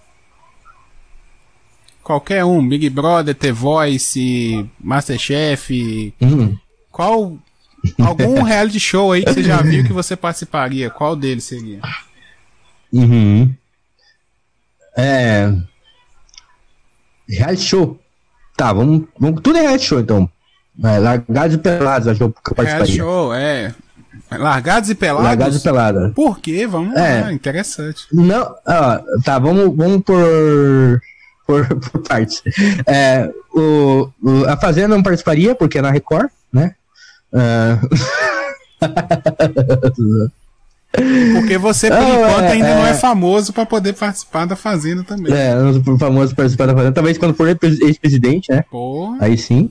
Qualquer um, Big Brother, The Voice, Masterchef, hum. qual, algum reality show aí que você já viu que você participaria, qual deles seria? Uhum. É... Reality show. Tá, vamos, vamos... Tudo é reality show, então. É, Largados e Pelados, acho que eu participaria. Reality show, é... Largados e Pelados? Largados e Pelados. Por quê? Vamos é. lá, interessante. Não, ó, tá, vamos, vamos por... Por, por partes. É, o, o, a Fazenda não participaria, porque é na Record, né? Uh... porque você, por oh, enquanto, é, ainda é... não é famoso para poder participar da Fazenda também. É, não sou famoso para participar da Fazenda. Talvez quando for ex-presidente, né? Porra. Aí sim.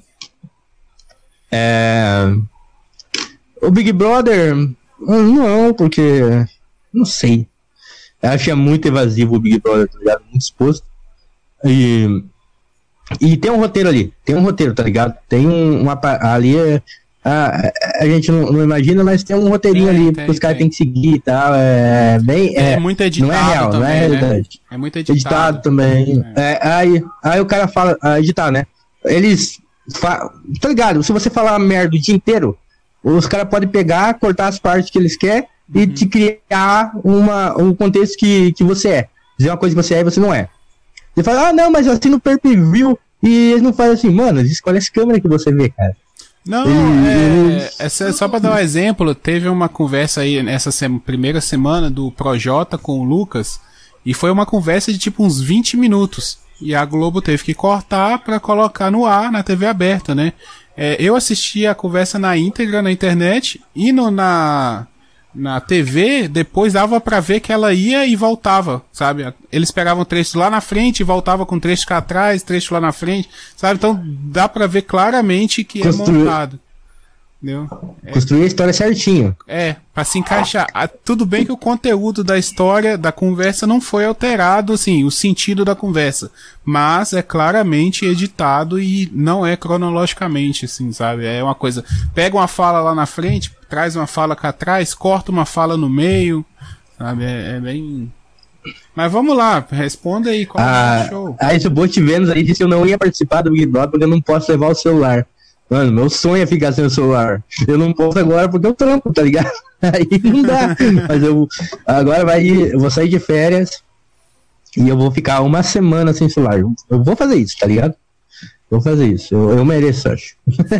É... O Big Brother, não, porque... Não sei. Eu achei muito evasivo o Big Brother, tá ligado? Muito exposto. E, e tem um roteiro ali, tem um roteiro, tá ligado? Tem um, uma. Ali é, a, a gente não, não imagina, mas tem um roteirinho Tem, ali tem, que os caras tem. têm que seguir e tal. É bem. É É, muito editado não é real, também, não é né? realidade. É muito editado. Editado também. É, aí, aí o cara fala, ah, editar, né? Eles. Fa... Tá ligado? Se você falar merda o dia inteiro, os caras podem pegar, cortar as partes que eles querem e Uhum. te criar uma, um contexto que, que você é. Dizer uma coisa que você é e você não é. Você fala, ah, não, mas eu assino pay-per-view e eles não fazem assim, mano, escolhe essa câmera que você vê, cara. Não, E- é, é só só pra dar um exemplo, teve uma conversa aí nessa sema- primeira semana do Projota com o Lucas, e foi uma conversa de tipo uns vinte minutos. E a Globo teve que cortar pra colocar no ar, na T V aberta, né? É, eu assisti a conversa na íntegra na internet e no, na, na T V, depois dava pra ver que ela ia e voltava, sabe? Eles pegavam trecho lá na frente e voltava com trecho cá atrás, trecho lá na frente, sabe? Então dá pra ver claramente que Construir- é montado. Entendeu? Construir a história certinho. É, pra se encaixar. Ah, tudo bem que o conteúdo da história, da conversa, não foi alterado, assim, o sentido da conversa. Mas é claramente editado e não é cronologicamente, assim, sabe? É uma coisa. Pega uma fala lá na frente, traz uma fala cá atrás, corta uma fala no meio, sabe? É, é bem. Mas vamos lá, responda aí qual é Ah, o show. aí se o Bot Vênus aí disse que eu não ia participar do Big Brother porque eu não posso levar o celular. Mano, meu sonho é ficar sem o celular. Eu não posso agora porque eu trampo, tá ligado? Aí não dá. Mas eu agora vai, eu vou sair de férias e eu vou ficar uma semana sem celular. Eu vou fazer isso, tá ligado? Vou fazer isso. Eu, eu mereço, acho.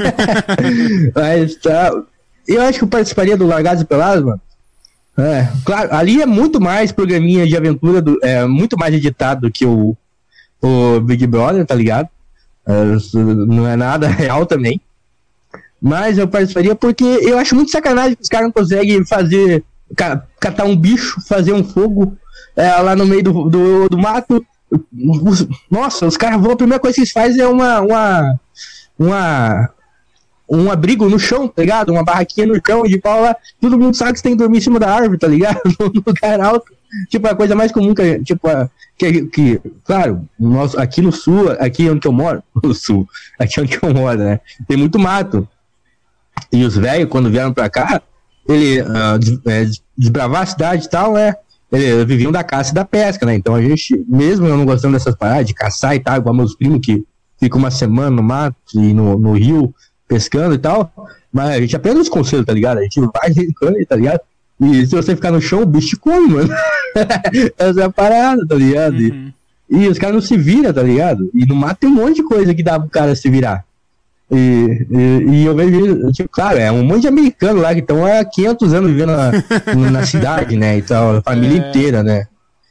Mas tá. Eu acho que eu participaria do Largados e Pelados, mano. É, claro, ali é muito mais programinha de aventura, do, é muito mais editado do que o, o Big Brother, tá ligado? É, isso não é nada real também. Mas eu participaria porque eu acho muito sacanagem que os caras não conseguem fazer, ca- catar um bicho, fazer um fogo é, lá no meio do, do, do mato. Os- Nossa, os caras vão, a primeira coisa que eles fazem é uma, uma, uma, um abrigo no chão, tá ligado? Uma barraquinha no chão de pau lá. Todo mundo sabe que você tem que dormir em cima da árvore, tá ligado? No lugar alto. Tipo, a coisa mais comum que, a- tipo, a- que, que claro, nós, aqui no sul, aqui onde que eu moro, no sul, aqui onde que eu moro, né? Tem muito mato. E os velhos, quando vieram pra cá, ele ah, des- é, des- desbravar a cidade e tal, né? Eles viviam da caça e da pesca, né? Então a gente, mesmo eu não gostando dessas paradas de caçar e tal, igual meus primos que ficam uma semana no mato e no, no rio pescando e tal, mas a gente aprende os conselhos, tá ligado? A gente vai, tá ligado? E se você ficar no chão, o bicho te come, mano. Essa é a parada, tá ligado? E- Uhum. E os caras não se viram, tá ligado? E no mato tem um monte de coisa que dá pro cara se virar. E, e, e eu vejo, tipo, claro, é um monte de americano lá que estão há quinhentos anos vivendo na, na cidade, né? E tal, a família É. inteira, né?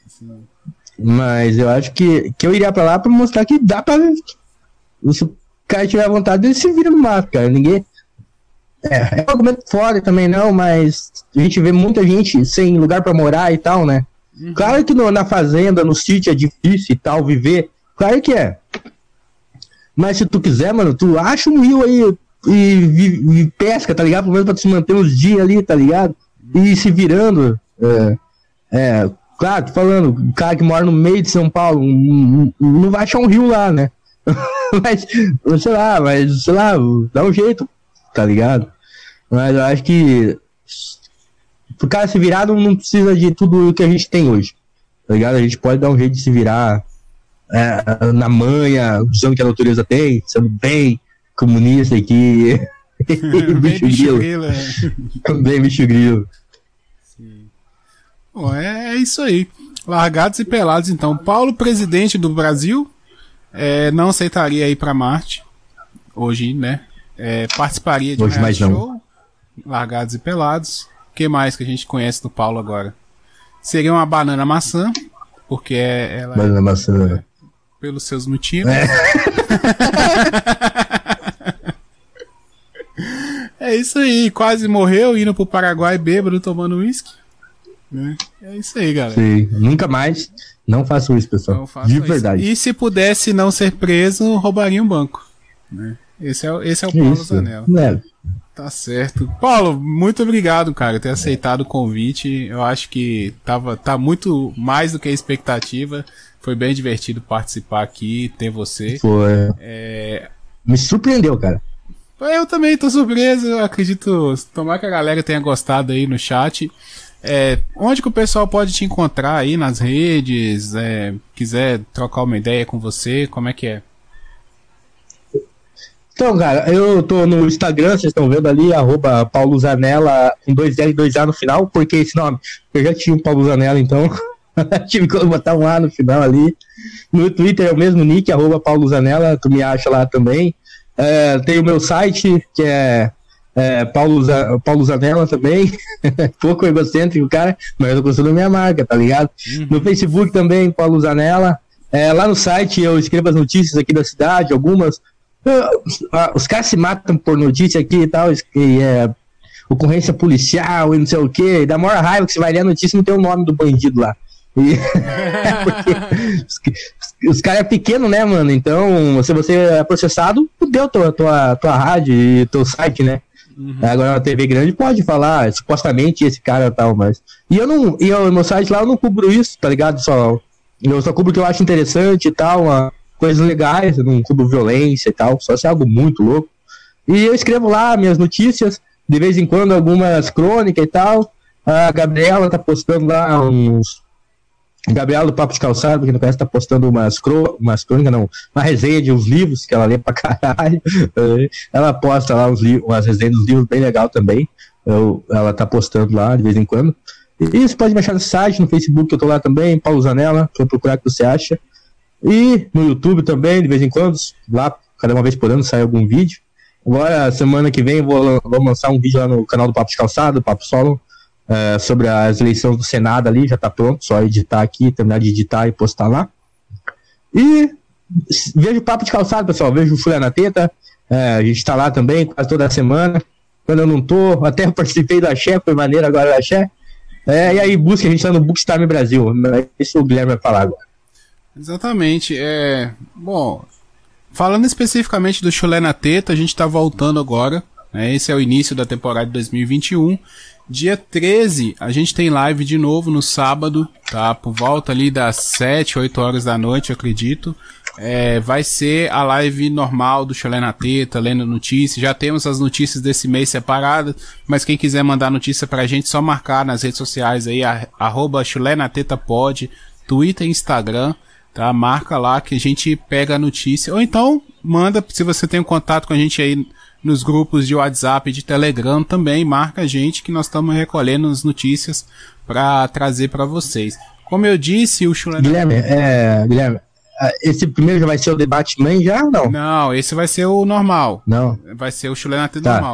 Mas eu acho que, que eu iria pra lá pra mostrar que dá pra. Se o cara tiver vontade, ele se vira no mato, cara. Ninguém. É, é um argumento foda também, não, mas a gente vê muita gente sem lugar pra morar e tal, né? Uhum. Claro que no- na fazenda, no sítio é difícil e tal, viver. Claro que é. Mas se tu quiser, mano, tu acha um rio aí e, vi- e pesca, tá ligado? Pelo menos pra tu se manter uns dias ali, tá ligado? E se virando. É, é, claro, tô falando, o cara que mora no meio de São Paulo não, não- não vai achar um rio lá, né? Mas, sei lá, mas, sei lá, dá um jeito, tá ligado? Mas eu acho que pro cara se virar não, não precisa de tudo que a gente tem hoje, tá ligado? A gente pode dar um jeito de se virar é, na manha, usando o que a natureza tem, sendo bem comunista aqui. Bem bicho bicho grilo. grilo, é. Bem bicho grilo. Bom, é, é isso aí. Largados e pelados, então. Paulo, presidente do Brasil, é, não aceitaria ir pra Marte hoje, né? É, participaria de um Hoje mais reality não. show. Largados e pelados. O que mais que a gente conhece do Paulo agora? Seria uma banana maçã, porque é- ela Banana maçã. pelos seus motivos. É. É isso aí, quase morreu indo pro Paraguai bêbado tomando uísque. Né? É isso aí, galera. Sim, nunca mais. Não façam isso, pessoal. Não façam De isso. verdade. E se pudesse não ser preso, roubaria um banco. Né? Esse é, esse é o Paulo Isso, Zanella. né? Tá certo. Paulo, muito obrigado, cara, por ter aceitado o convite. Eu acho que tava, tá muito mais do que a expectativa. Foi bem divertido participar aqui, ter você. Foi. É... Me surpreendeu, cara. Eu também tô surpreso, eu acredito. Tomara que a galera tenha gostado aí no chat. É, onde que o pessoal pode te encontrar aí nas redes? É, quiser trocar uma ideia com você, como é que é? Então, cara, eu tô no Instagram, vocês estão vendo ali, arroba Paulo Zanella, com dois L e dois A no final, porque esse nome, eu já tinha um Paulo Zanella, então tive que botar um A no final ali. No Twitter é o mesmo nick, arroba Paulo Zanella, tu me acha lá também. É, tem o meu site, que é, é Paulo, Paulo Zanella também, pouco egocêntrico, cara, mas eu construo minha marca, tá ligado? Uhum. No Facebook também, Paulo Zanella. É, lá no site eu escrevo as notícias aqui da cidade, algumas. Os caras se matam por notícia aqui e tal, e é ocorrência policial e não sei o que, dá maior raiva que você vai ler a notícia e não tem o nome do bandido lá. E, os, os caras é pequeno, né, mano? Então, se você é processado, fudeu tua, tua, tua rádio e teu site, né? Uhum. Agora a T V grande pode falar, supostamente esse cara e tal, mas. E eu não. E eu, meu site lá eu não cubro isso, tá ligado? Só, eu só cubro o que eu acho interessante e tal. Uma, coisas legais, eu não cubro violência e tal, só se é algo muito louco. E eu escrevo lá minhas notícias, de vez em quando algumas crônicas e tal. A Gabriela tá postando lá uns... A Gabriela do Papo de Calçado, pra quem não conhece, tá postando umas, cro... umas crônicas, não, uma resenha de uns livros que ela lê pra caralho. Ela posta lá uns livros, umas resenhas dos livros bem legal também. Eu... Ela tá postando lá de vez em quando. E você pode me achar no site, no Facebook, eu tô lá também, Paulo Zanella, pra procurar o que você acha. E no YouTube também, de vez em quando, lá, cada uma vez por ano sai algum vídeo. Agora, semana que vem, eu vou, vou lançar um vídeo lá no canal do Papo de Calçado, Papo Solo, é, sobre as eleições do Senado ali, já tá pronto, só editar aqui, terminar de editar e postar lá. E vejo o Papo de Calçado, pessoal, vejo o Chulé na Teta, é, a gente tá lá também, quase toda semana. Quando eu não tô, até eu participei da Axé, foi maneiro agora da Axé. É, e aí, busca, a gente tá no Bookstime Brasil, esse o Guilherme vai falar agora. Exatamente, é... Bom, falando especificamente do Chulé na Teta, a gente tá voltando agora, né? Esse é o início da temporada de dois mil e vinte e um. Dia treze, a gente tem live de novo no sábado, tá? Por volta ali das sete, oito horas da noite, eu acredito. É, vai ser a live normal do Chulé na Teta, lendo notícias. Já temos as notícias desse mês separadas, mas quem quiser mandar notícia pra gente, só marcar nas redes sociais aí, arroba Chulé na Teta Pod, Twitter e Instagram. Tá, marca lá que a gente pega a notícia, ou então manda, se você tem um contato com a gente aí nos grupos de WhatsApp e de Telegram também, marca a gente que nós estamos recolhendo as notícias para trazer para vocês. Como eu disse, o Chulé... Guilherme, é, Guilherme, esse primeiro já vai ser o debate man já ou não? Não, esse vai ser o normal. Não. Vai ser o Chulé na Teta tá. normal.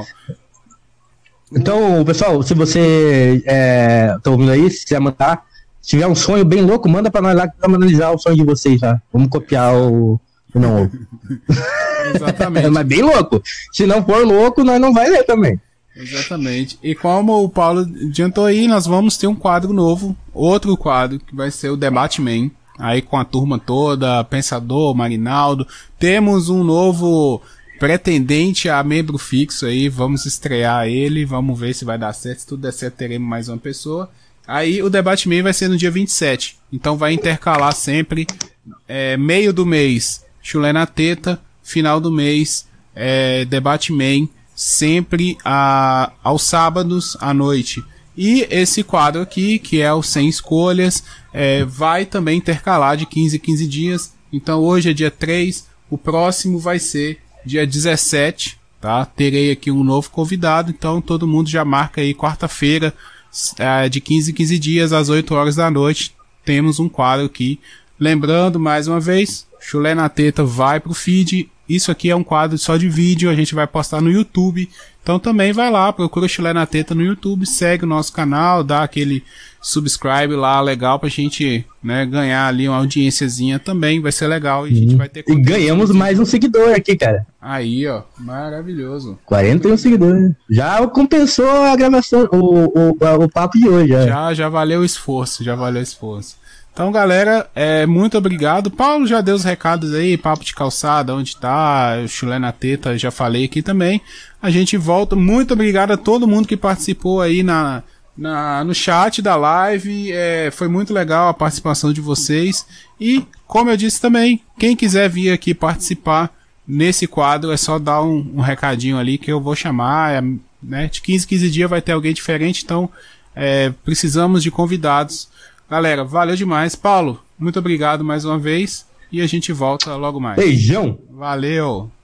Então, pessoal, se você é, tá ouvindo aí, se quiser mandar, se tiver um sonho bem louco, manda pra nós lá que vamos analisar o sonho de vocês, tá? Vamos copiar o... Não. Exatamente. Mas bem louco. Se não for louco, nós não vai ler também. Exatamente. E como o Paulo adiantou aí, nós vamos ter um quadro novo, outro quadro, que vai ser o Debate Man. Aí com a turma toda, Pensador, Marinaldo. Temos um novo pretendente a membro fixo aí, vamos estrear ele, vamos ver se vai dar certo. Se tudo der certo, teremos mais uma pessoa. Aí o Debate Man vai ser no dia vinte e sete. Então vai intercalar sempre é, meio do mês Chulé na Teta, final do mês é, Debate Man, sempre a, aos sábados à noite. E esse quadro aqui, que é o Sem Escolhas, é, vai também intercalar de quinze em quinze dias. Então hoje é dia três, o próximo vai ser dia dezessete, tá? Terei aqui um novo convidado, então todo mundo já marca aí quarta-feira, de quinze em quinze dias, às oito horas da noite, temos um quadro aqui. Lembrando, mais uma vez, Chulé na Teta vai pro feed. Isso aqui é um quadro só de vídeo, a gente vai postar no YouTube. Então também vai lá, procura o Chulé na Teta no YouTube, segue o nosso canal, dá aquele subscribe lá, legal pra gente, né, ganhar ali uma audiênciazinha também, vai ser legal. E a gente vai ter E ganhamos mais um seguidor aqui, cara. Aí, ó, maravilhoso. quarenta e um seguidores. Já compensou a gravação, o, o, o papo de hoje. Já. já, já valeu o esforço, já valeu o esforço. Então, galera, é, muito obrigado. Paulo já deu os recados aí, papo de calçada, onde tá, o Chulé na Teta, já falei aqui também. A gente volta. Muito obrigado a todo mundo que participou aí na, na, no chat da live. É, foi muito legal a participação de vocês. E, como eu disse também, quem quiser vir aqui participar nesse quadro, é só dar um, um recadinho ali que eu vou chamar. É, né, de quinze em quinze dias vai ter alguém diferente, então é, precisamos de convidados. Galera, valeu demais. Paulo, muito obrigado mais uma vez. E a gente volta logo mais. Beijão. Valeu.